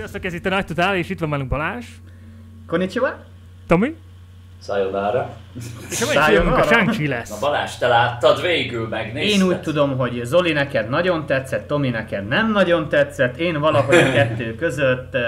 Sziasztok, ez itt a Nagy Totál, és itt van velünk Balázs. Konnichiwa. Tomi. Sayonara. És a mai filmünk a Shang-Chi lesz. Na Balázs, te láttad végül, megnézted? Én úgy tudom, hogy Zoli neked nagyon tetszett, Tomi neked nem nagyon tetszett. Én valahogy a kettő között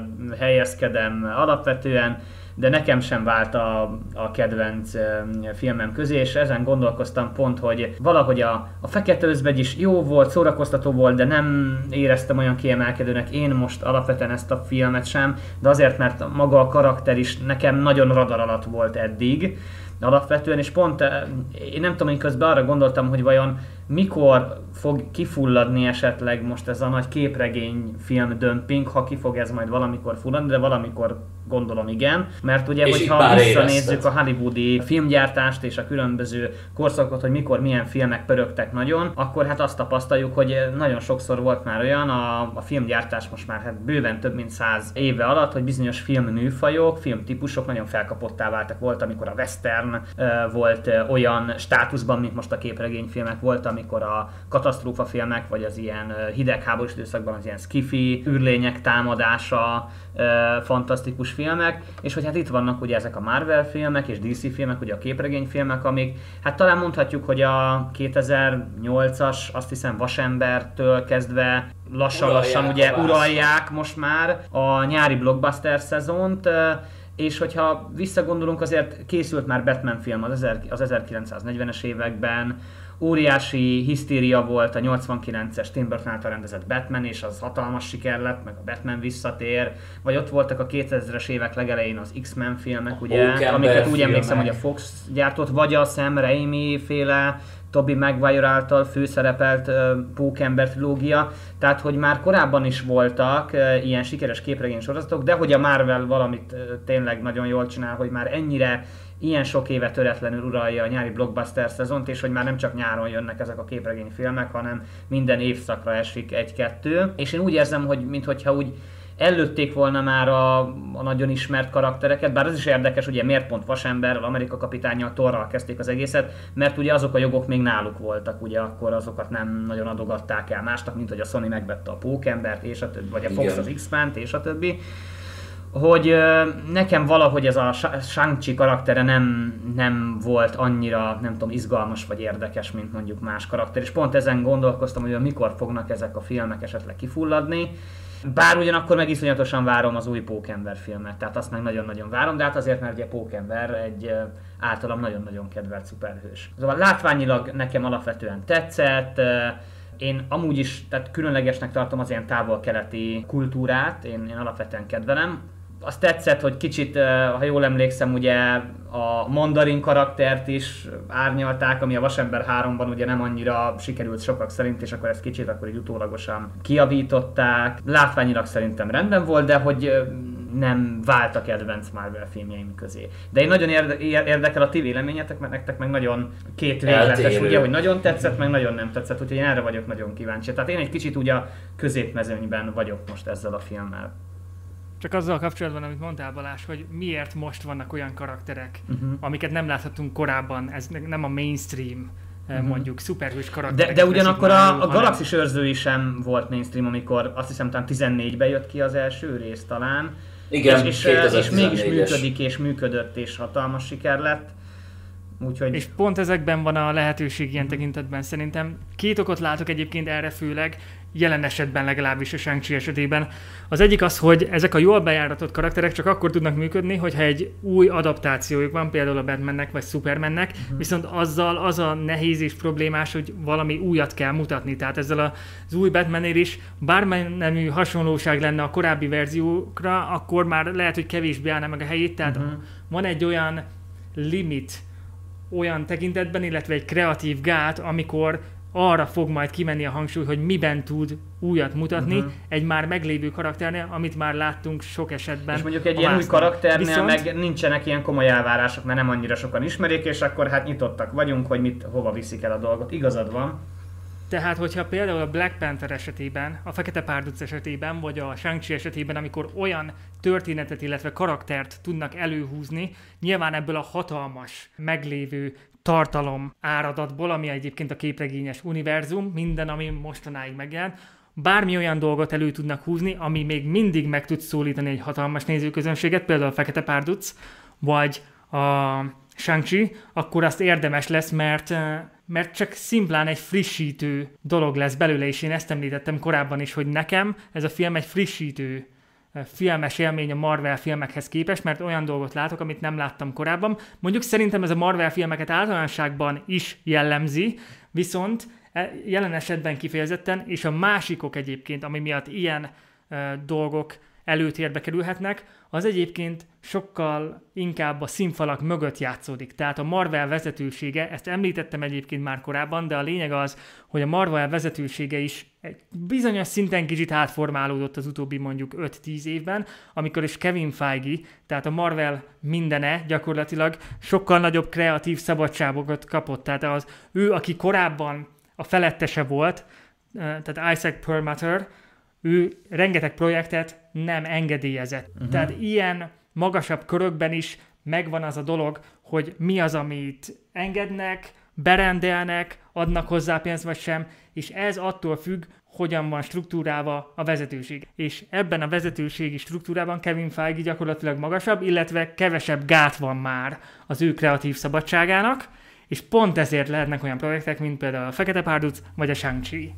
helyezkedem alapvetően, de nekem sem vált a kedvenc filmem közé, és ezen gondolkoztam pont, hogy valahogy a Fekete Özvegy is jó volt, szórakoztató volt, de nem éreztem olyan kiemelkedőnek én most alapvetően ezt a filmet sem, de azért, mert maga a karakter is nekem nagyon radar alatt volt eddig alapvetően, és pont én nem tudom, én közben arra gondoltam, hogy vajon mikor fog kifulladni esetleg most ez a nagy képregény film dömping, ha ki fog ez majd valamikor fulladni, de valamikor gondolom igen, mert ugye, hogyha visszanézzük a hollywoodi filmgyártást és a különböző korszakot, hogy mikor milyen filmek pörögtek nagyon, akkor hát azt tapasztaljuk, hogy nagyon sokszor volt már olyan a filmgyártás most már hát bőven több mint 100 éve alatt, hogy bizonyos filmműfajok, filmtípusok nagyon felkapottá váltak. Volt, amikor a western volt olyan státuszban, mint most a képregényfilmek, volt, amikor a katasztrófa filmek, vagy az ilyen hidegháborús időszakban az ilyen sci-fi űrlények támadása, fantasztikus filmek, és hogy hát itt vannak ugye ezek a Marvel filmek és DC filmek, ugye a képregényfilmek, amik hát talán mondhatjuk, hogy a 2008-as, azt hiszem Vasembertől kezdve lassan ugye uralják most már a nyári blockbuster szezont, és hogyha visszagondolunk, azért készült már Batman film az 1940-es években, óriási hisztéria volt a 89-es Tim Burton által rendezett Batman, és az hatalmas siker lett, meg a Batman visszatér, vagy ott voltak a 2000-es évek legelején az X-Men filmek, ugye, amiket úgy emlékszem, hogy a Fox gyártott, vagy a Sam Raimi féle Tobey Maguire által főszerepelt Pókember trilógia, tehát hogy már korábban is voltak ilyen sikeres képregény sorozatok, de hogy a Marvel valamit tényleg nagyon jól csinál, hogy már ennyire ilyen sok éve töretlenül uralja a nyári blockbuster szezont, és hogy már nem csak nyáron jönnek ezek a képregényfilmek, hanem minden évszakra esik egy-kettő. És én úgy érzem, hogy minthogyha úgy előtték volna már a nagyon ismert karaktereket, bár az is érdekes, ugye miért pont Vasemberrel, Amerika kapitánnyal, Thorral kezdték az egészet, mert ugye azok a jogok még náluk voltak, ugye akkor azokat nem nagyon adogatták el másnak, mint hogy a Sony megvette a Pókembert, és a többi, vagy a Fox az X-Men-t, és a többi. Hogy nekem valahogy ez a Shang-Chi karaktere nem volt annyira, nem tudom, izgalmas vagy érdekes, mint mondjuk más karakter, és pont ezen gondolkoztam, hogy mikor fognak ezek a filmek esetleg kifulladni. Bár ugyanakkor meg iszonyatosan várom az új Pókember filmet, tehát azt meg nagyon-nagyon várom, de hát azért, mert ugye Pókember egy általam nagyon-nagyon kedvelt szuperhős. Szóval látványilag nekem alapvetően tetszett, én amúgy is, tehát különlegesnek tartom az ilyen távol-keleti kultúrát, én alapvetően kedvelem. Azt tetszett, hogy kicsit, ha jól emlékszem, ugye a mandarin karaktert is árnyalták, ami a Vasember 3-ban ugye nem annyira sikerült sokak szerint, és akkor ezt kicsit akkor így utólagosan kijavították. Látványilag szerintem rendben volt, de hogy nem vált a kedvenc Marvel filmjeim közé. De én nagyon érdekel a ti véleményetek, mert nektek meg nagyon két végletes, ugye, hogy nagyon tetszett, meg nagyon nem tetszett, úgyhogy én erre vagyok nagyon kíváncsi. Tehát én egy kicsit ugye a középmezőnyben vagyok most ezzel a filmmel. Csak azzal kapcsolatban, amit mondtál Balázs, hogy miért most vannak olyan karakterek, amiket nem láthatunk korábban, ez nem a mainstream, mondjuk szuperhős karakterek. De ugyanakkor a Galaxis őrzői sem volt mainstream, amikor azt hiszem talán 14-ben jött ki az első rész talán. Igen, és mégis működik és működött és hatalmas siker lett. Úgyhogy... És pont ezekben van a lehetőség ilyen tekintetben szerintem. Két okot látok egyébként erre főleg, jelen esetben legalábbis a Shang-Chi esetében. Az egyik az, hogy ezek a jól bejáratott karakterek csak akkor tudnak működni, hogyha egy új adaptációjuk van, például a Batmannek vagy Supermannek, viszont azzal az a nehéz és problémás, hogy valami újat kell mutatni. Tehát ezzel az új Batmannél is bármely nemű hasonlóság lenne a korábbi verziókra, akkor már lehet, hogy kevésbé állna meg a helyét. Tehát van egy olyan limit olyan tekintetben, illetve egy kreatív gát, amikor arra fog majd kimenni a hangsúly, hogy miben tud újat mutatni egy már meglévő karakternél, amit már láttunk sok esetben. És mondjuk egy ilyen új karakternél meg nincsenek ilyen komoly elvárások, mert nem annyira sokan ismerik, és akkor hát nyitottak vagyunk, hogy hova viszik el a dolgot. Igazad van. Tehát, hogyha például a Black Panther esetében, a Fekete Párduc esetében, vagy a Shang-Chi esetében, amikor olyan történetet, illetve karaktert tudnak előhúzni, nyilván ebből a hatalmas, meglévő tartalom áradatból, ami egyébként a képregényes univerzum, minden, ami mostanáig megjelent, bármi olyan dolgot elő tudnak húzni, ami még mindig meg tud szólítani egy hatalmas nézőközönséget, például a Fekete Párduc, vagy a Shang-Chi, akkor azt érdemes lesz, mert csak szimplán egy frissítő dolog lesz belőle, és én ezt említettem korábban is, hogy nekem ez a film egy frissítő filmes élmény a Marvel filmekhez képest, mert olyan dolgot látok, amit nem láttam korábban. Mondjuk szerintem ez a Marvel filmeket általánosságban is jellemzi, viszont jelen esetben kifejezetten, és a másikok egyébként, ami miatt ilyen dolgok előtérbe kerülhetnek, az egyébként sokkal inkább a színfalak mögött játszódik. Tehát a Marvel vezetősége, ezt említettem egyébként már korábban, de a lényeg az, hogy a Marvel vezetősége is egy bizonyos szinten kicsit átformálódott az utóbbi mondjuk 5-10 évben, amikor is Kevin Feige, tehát a Marvel mindene gyakorlatilag sokkal nagyobb kreatív szabadságokat kapott. Tehát ő, aki korábban a felettese volt, tehát Isaac Perlmutter, ő rengeteg projektet nem engedélyezett. Tehát ilyen magasabb körökben is megvan az a dolog, hogy mi az, amit engednek, berendelnek, adnak hozzá pénzt vagy sem, és ez attól függ, hogyan van struktúrálva a vezetőség. És ebben a vezetőségi struktúrában Kevin Feige gyakorlatilag magasabb, illetve kevesebb gát van már az ő kreatív szabadságának, és pont ezért lehetnek olyan projektek, mint például a Fekete Párduc, vagy a Shang-Chi.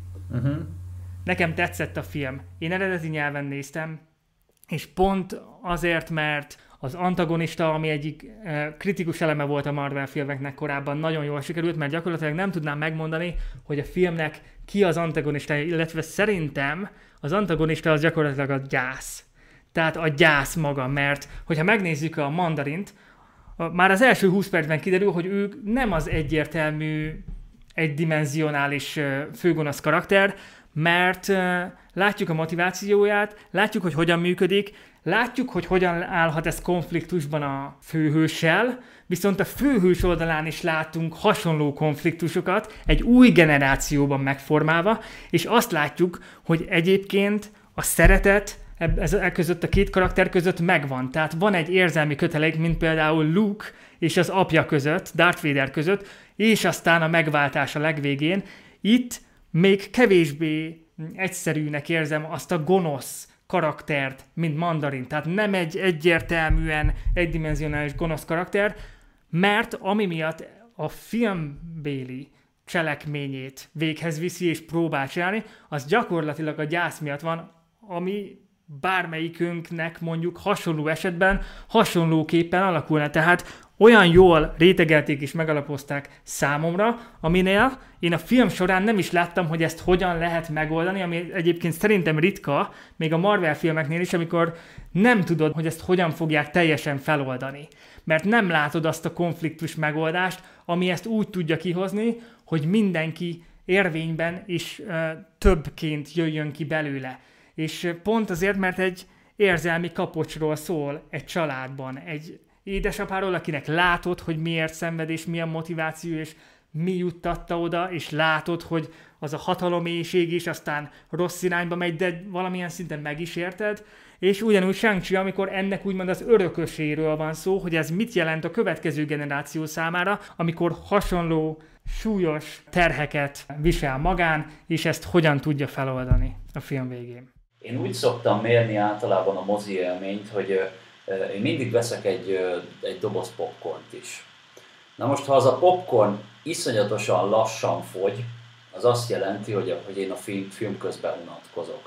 Nekem tetszett a film. Én eredeti nyelven néztem, és pont azért, mert az antagonista, ami egyik kritikus eleme volt a Marvel filmeknek korábban, nagyon jól sikerült, mert gyakorlatilag nem tudnám megmondani, hogy a filmnek ki az antagonista, illetve szerintem az antagonista az gyakorlatilag a gyász. Tehát a gyász maga, mert hogyha megnézzük a Mandarint, már az első 20 percben kiderül, hogy ő nem az egyértelmű, egydimenzionális főgonosz karakter, mert látjuk a motivációját, látjuk, hogy hogyan működik, látjuk, hogy hogyan állhat ez konfliktusban a főhőssel, viszont a főhős oldalán is látunk hasonló konfliktusokat, egy új generációban megformálva, és azt látjuk, hogy egyébként a szeretet között a két karakter között megvan. Tehát van egy érzelmi kötelék, mint például Luke és az apja között, Darth Vader között, és aztán a megváltás a legvégén. Itt még kevésbé egyszerűnek érzem azt a gonosz karaktert, mint Mandarin. Tehát nem egy egyértelműen egydimenzionális gonosz karakter, mert ami miatt a filmbéli cselekményét véghez viszi és próbál csinálni, az gyakorlatilag a gyász miatt van, ami bármelyikünknek mondjuk hasonló esetben hasonlóképpen alakulna. Tehát olyan jól rétegelték és megalapozták számomra, aminél én a film során nem is láttam, hogy ezt hogyan lehet megoldani, ami egyébként szerintem ritka, még a Marvel filmeknél is, amikor nem tudod, hogy ezt hogyan fogják teljesen feloldani. Mert nem látod azt a konfliktus megoldást, ami ezt úgy tudja kihozni, hogy mindenki érvényben és többként jöjjön ki belőle. És pont azért, mert egy érzelmi kapocsról szól egy családban, egy édesapáról, akinek látod, hogy miért szenved, és mi a motiváció, és mi juttatta oda, és látod, hogy az a hatalomélység is aztán rossz irányba megy, de valamilyen szinten meg is érted. És ugyanúgy Shang-Chi, amikor ennek úgymond az örököséről van szó, hogy ez mit jelent a következő generáció számára, amikor hasonló súlyos terheket visel magán, és ezt hogyan tudja feloldani a film végén. Én úgy szoktam mérni általában a mozi élményt, hogy én mindig veszek egy doboz popcornt is. Na most, ha az a popcorn iszonyatosan lassan fogy, az azt jelenti, hogy én a film közben unatkozok.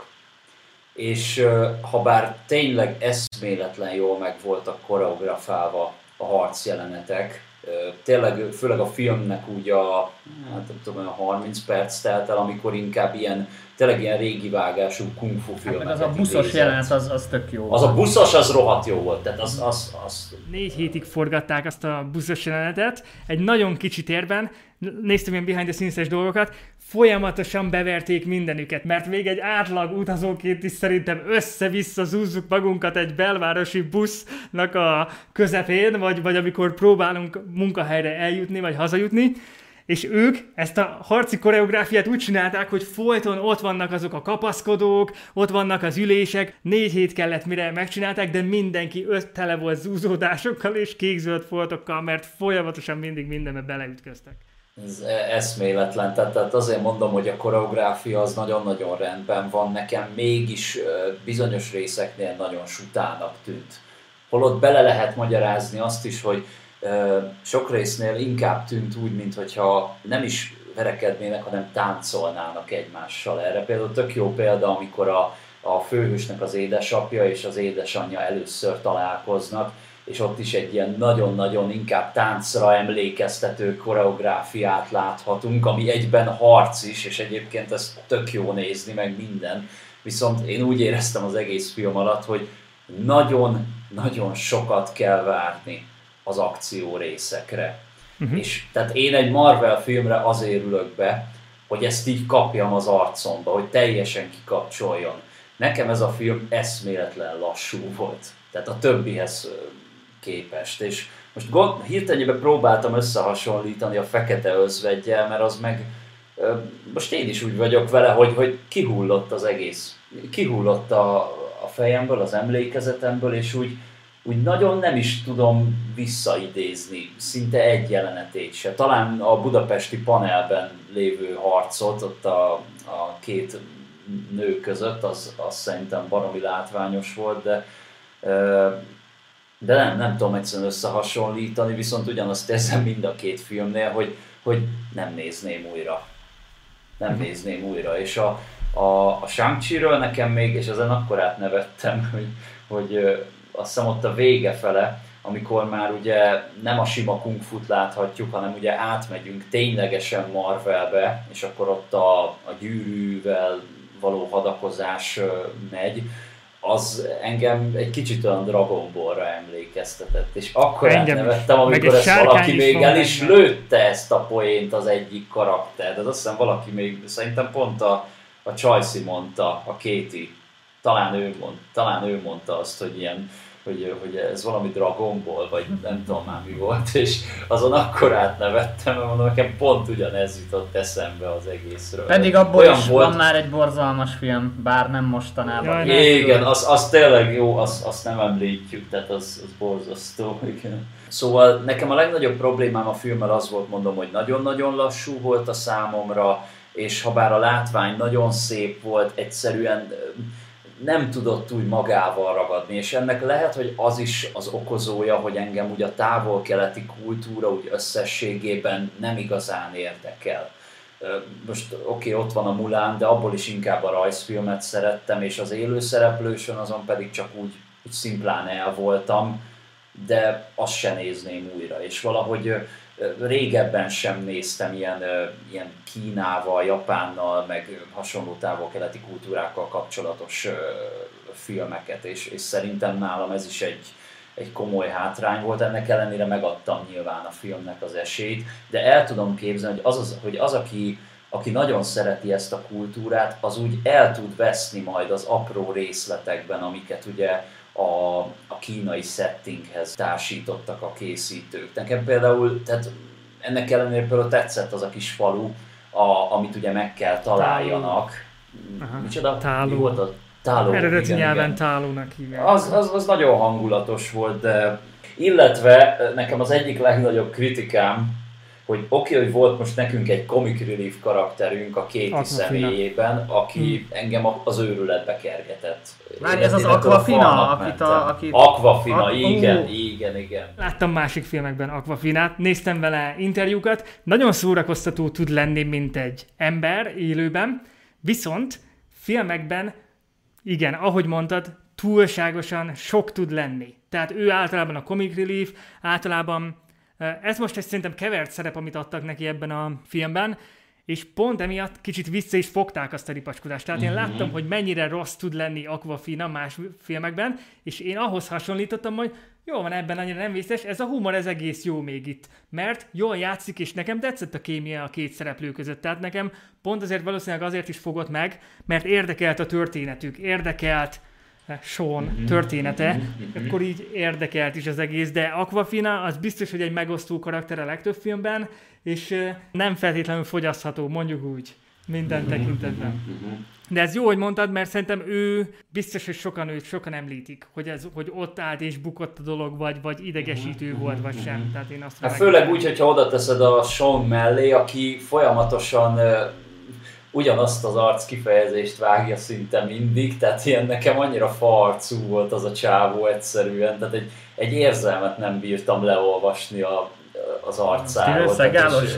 És ha bár tényleg eszméletlen jól meg voltak koreografálva a harcjelenetek, tényleg főleg a filmnek úgy nem tudom, 30 perc telt el, amikor inkább tényleg ilyen régi vágású kung fu filmeket az a buszos jelenet, az tök jó. Az a buszos, az rohadt jó volt. Tehát az 4 hétig forgatták azt a buszos jelenetet, egy nagyon kicsi térben, néztem ilyen behind the scenes-es dolgokat, folyamatosan beverték mindenüket, mert még egy átlag utazóként is szerintem össze-vissza zúzzuk magunkat egy belvárosi busznak a közepén, vagy amikor próbálunk munkahelyre eljutni, vagy hazajutni, és ők ezt a harci koreográfiát úgy csinálták, hogy folyton ott vannak azok a kapaszkodók, ott vannak az ülések, 4 hét kellett mire megcsinálták, de mindenki tele volt zúzódásokkal és kékzöld foltokkal, mert folyamatosan mindig mindenbe beleütköztek. Ez eszméletlen, tehát azért mondom, hogy a koreográfia az nagyon-nagyon rendben van, nekem mégis bizonyos részeknél nagyon sutának tűnt. Holott bele lehet magyarázni azt is, hogy sok résznél inkább tűnt úgy, mintha nem is verekednének, hanem táncolnának egymással. Erre például tök jó példa, amikor a főhősnek az édesapja és az édesanyja először találkoznak, és ott is egy ilyen nagyon-nagyon inkább táncra emlékeztető koreográfiát láthatunk, ami egyben harc is, és egyébként ez tök jó nézni, meg minden. Viszont én úgy éreztem az egész film alatt, hogy nagyon-nagyon sokat kell várni az akció részekre. És tehát én egy Marvel filmre azért ülök be, hogy ezt így kapjam az arcomba, hogy teljesen kikapcsoljon. Nekem ez a film eszméletlen lassú volt, tehát a többihez képest. És most hirtelenjében próbáltam összehasonlítani a Fekete Özveggyel, mert az meg most én is úgy vagyok vele, hogy kihullott az egész. Kihullott a fejemből, az emlékezetemből, és úgy nagyon nem is tudom visszaidézni szinte egy jelenetét se. Talán a budapesti panelben lévő harcot, ott a két nő között, az szerintem baromi látványos volt, de nem tudom egyszerűen összehasonlítani, viszont ugyanazt érzem mind a két filmnél, hogy nem nézném újra. Nem nézném újra. És a Shang-Chi-ről nekem még, és ezen akkor átnevettem, hogy azt hiszem ott a vége fele, amikor már ugye nem a sima kung fut láthatjuk, hanem ugye átmegyünk ténylegesen Marvelbe, és akkor ott a gyűrűvel való hadakozás megy, az engem egy kicsit olyan Dragon Ball-ra emlékeztetett, és akkor átnevettem, amikor ezt valaki még el is lőtte ezt a poént az egyik karakter, de azt hiszem valaki még, szerintem pont a Chelsea mondta, a Katie, talán ő mondta azt, hogy ilyen, hogy ez valami Dragon Ball, vagy nem tudom már mi volt, és azon akkor átnevettem, mert mondom, nekem pont ugyanez jutott eszembe az egészről. Pedig abból olyan is volt, van már egy borzalmas film, bár nem mostanában. Igen, az tényleg jó, azt nem említjük, tehát az borzasztó. Igen. Szóval nekem a legnagyobb problémám a filmmel az volt, mondom, hogy nagyon-nagyon lassú volt a számomra, és ha bár a látvány nagyon szép volt, egyszerűen nem tudott úgy magával ragadni, és ennek lehet, hogy az is az okozója, hogy engem úgy a távol-keleti kultúra úgy összességében nem igazán érdekel. Most oké, ott van a Mulan, de abból is inkább a rajzfilmet szerettem, és az élőszereplősön azon pedig csak úgy szimplán el voltam, de azt se nézném újra, és valahogy régebben sem néztem ilyen Kínával, Japánnal, meg hasonló távol-keleti kultúrákkal kapcsolatos filmeket, és szerintem nálam ez is egy komoly hátrány volt, ennek ellenére megadtam nyilván a filmnek az esélyt, de el tudom képzelni, hogy az aki nagyon szereti ezt a kultúrát, az úgy el tud veszni majd az apró részletekben, amiket ugye a kínai settinghez társítottak a készítők. Nekem például, tehát ennek ellenére például tetszett az a kis falu, amit ugye meg kell találjanak. Micsoda? Táló. Mi volt a Táló? Eredeti nyelven Tálónak hívják. Az nagyon hangulatos volt, de illetve nekem az egyik legnagyobb kritikám, hogy hogy volt most nekünk egy comic relief karakterünk a Katie személyében, aki engem az őrületbe kergetett. Már ez az Aquafina, Aquafina, igen. Láttam másik filmekben Aquafinát, néztem vele interjúkat, nagyon szórakoztató tud lenni, mint egy ember élőben, viszont filmekben, igen, ahogy mondtad, túlságosan sok tud lenni. Tehát ő általában a comic relief, általában ez most szerintem kevert szerep, amit adtak neki ebben a filmben, és pont emiatt kicsit vissza is fogták azt a ripacskodást. Tehát én láttam, hogy mennyire rossz tud lenni Aquafina más filmekben, és én ahhoz hasonlítottam, hogy jó van, ebben annyira nem vicces, ez a humor, ez egész jó még itt. Mert jól játszik, és nekem tetszett a kémia a két szereplő között. Tehát nekem pont valószínűleg azért is fogott meg, mert érdekelt a történetük, érdekelt Sean története, akkor így érdekelt is az egész, de Aquafina az biztos, hogy egy megosztó karakter a legtöbb filmben, és nem feltétlenül fogyasztható, mondjuk úgy. Minden tekintetben. De ez jó, hogy mondtad, mert szerintem ő biztos, hogy sokan említik, hogy ott állt és bukott a dolog, vagy idegesítő volt, vagy sem. Tehát én azt főleg úgy, hogyha oda teszed a Sean mellé, aki folyamatosan ugyanazt az arc kifejezést vágja szinte mindig, tehát ilyen nekem annyira farcú volt az a csávó egyszerűen, tehát egy érzelmet nem bírtam leolvasni az arcáról. Steven Seagal-os?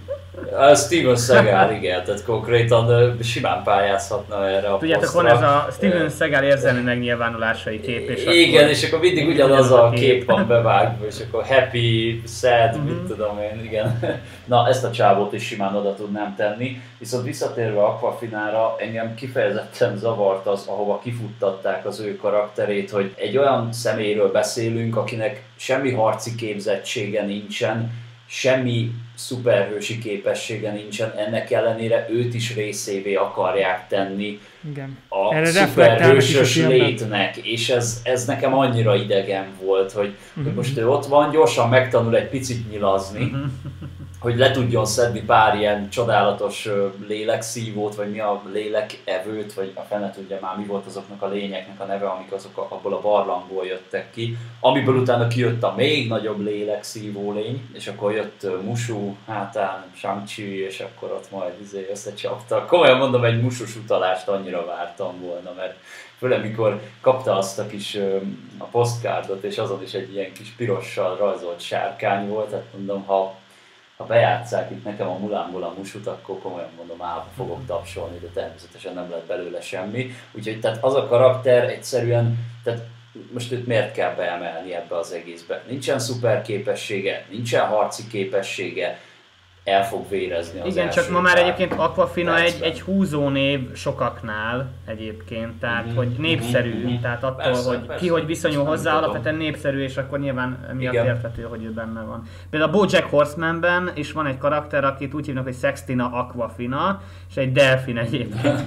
Steven Seagal, igen, tehát konkrétan simán pályázhatna erre a tudjátok, posztra. van ez a Steven Seagal érzelmi megnyilvánulásai kép, és igen, és akkor mindig ugyanaz a kép van bevágva, és akkor happy, sad, mit tudom én, igen. Na, ezt a csávót is simán oda tudnám tenni, viszont visszatérve Awkwafina-ra, engem kifejezetten zavart az, ahova kifuttatták az ő karakterét, hogy egy olyan személyről beszélünk, akinek semmi harci képzettsége nincsen, semmi szuperhősi képessége nincsen, ennek ellenére őt is részévé akarják tenni igen. A szuperhősös létnek, és ez nekem annyira idegen volt, hogy most ő ott van, gyorsan megtanul egy picit nyilazni, hogy le tudjon szedni pár ilyen csodálatos lélekszívót, vagy mi a lélekevőt, vagy a fene tudja már mi volt azoknak a lényeknek a neve, amik azok abból a barlangból jöttek ki, amiből utána kijött a még nagyobb lélekszívó lény, és akkor jött Mushu hátán, Shang-Chi, és akkor ott majd összecsaptak. Komolyan mondom, egy Mushus utalást annyira vártam volna, mert főleg mikor kapta azt a kis a postcardot, és azon is egy ilyen kis pirossal rajzolt sárkány volt, tehát mondom, ha bejátsszák itt nekem a Mulanból a Mushut, akkor komolyan mondom, állva fogok tapsolni, de természetesen nem lett belőle semmi. Úgyhogy tehát az a karakter egyszerűen, tehát most őt miért kell beemelni ebbe az egészbe? Nincsen szuper képessége, nincsen harci képessége, el fog vérezni az igen, csak ma már egyébként Awkwafina egy húzónév sokaknál egyébként, tehát hogy népszerű, tehát attól, persze, hogy persze, ki hogy viszonyul hozzá, alapvetően népszerű, és akkor nyilván miatt érthető, hogy ő benne van. Például a BoJack Horsemanben is van egy karakter, akit úgy hívnak, hogy Sextina Awkwafina, és egy delfin egyébként.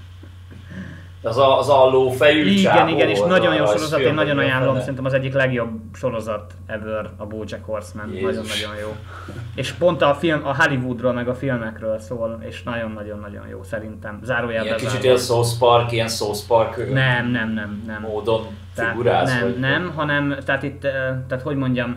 Az a lófejű csávó. Igen, és nagyon jó sorozat, én nagyon ajánlom, szerintem az egyik legjobb sorozat ever, a BoJack Horseman, nagyon-nagyon jó. És pont a Hollywoodról, meg a filmekről szól, és nagyon-nagyon-nagyon jó szerintem. Zárójelben. Kicsit ilyen South Park nem. módon figuráz? Nem, hanem, tehát itt, tehát hogy mondjam,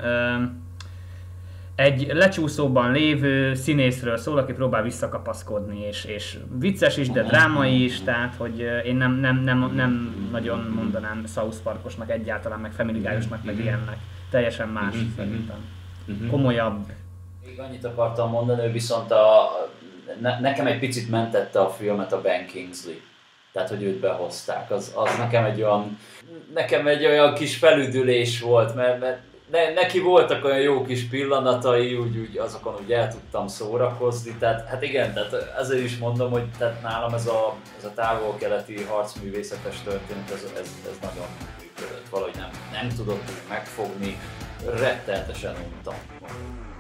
egy lecsúszóban lévő színészről szól, aki próbál visszakapaszkodni, és vicces is, de drámai is, tehát hogy én nem nagyon mondanám South Parkosnak egyáltalán, meg Family Guy-osnak, meg ilyennek. Teljesen más szerintem. Komolyabb. Még annyit akartam mondani, hogy viszont nekem egy picit mentette a filmet a Ben Kingsley. Tehát, hogy őt behozták. Az nekem egy olyan kis felüdülés volt, mert neki voltak olyan jó kis pillanatai, úgy azokon úgy el tudtam szórakozni, tehát hát igen, tehát ezért is mondom, hogy tehát nálam ez a távol-keleti harcművészetes történet, ez nagyon működött, valahogy nem tudott megfogni, rettenetesen untam.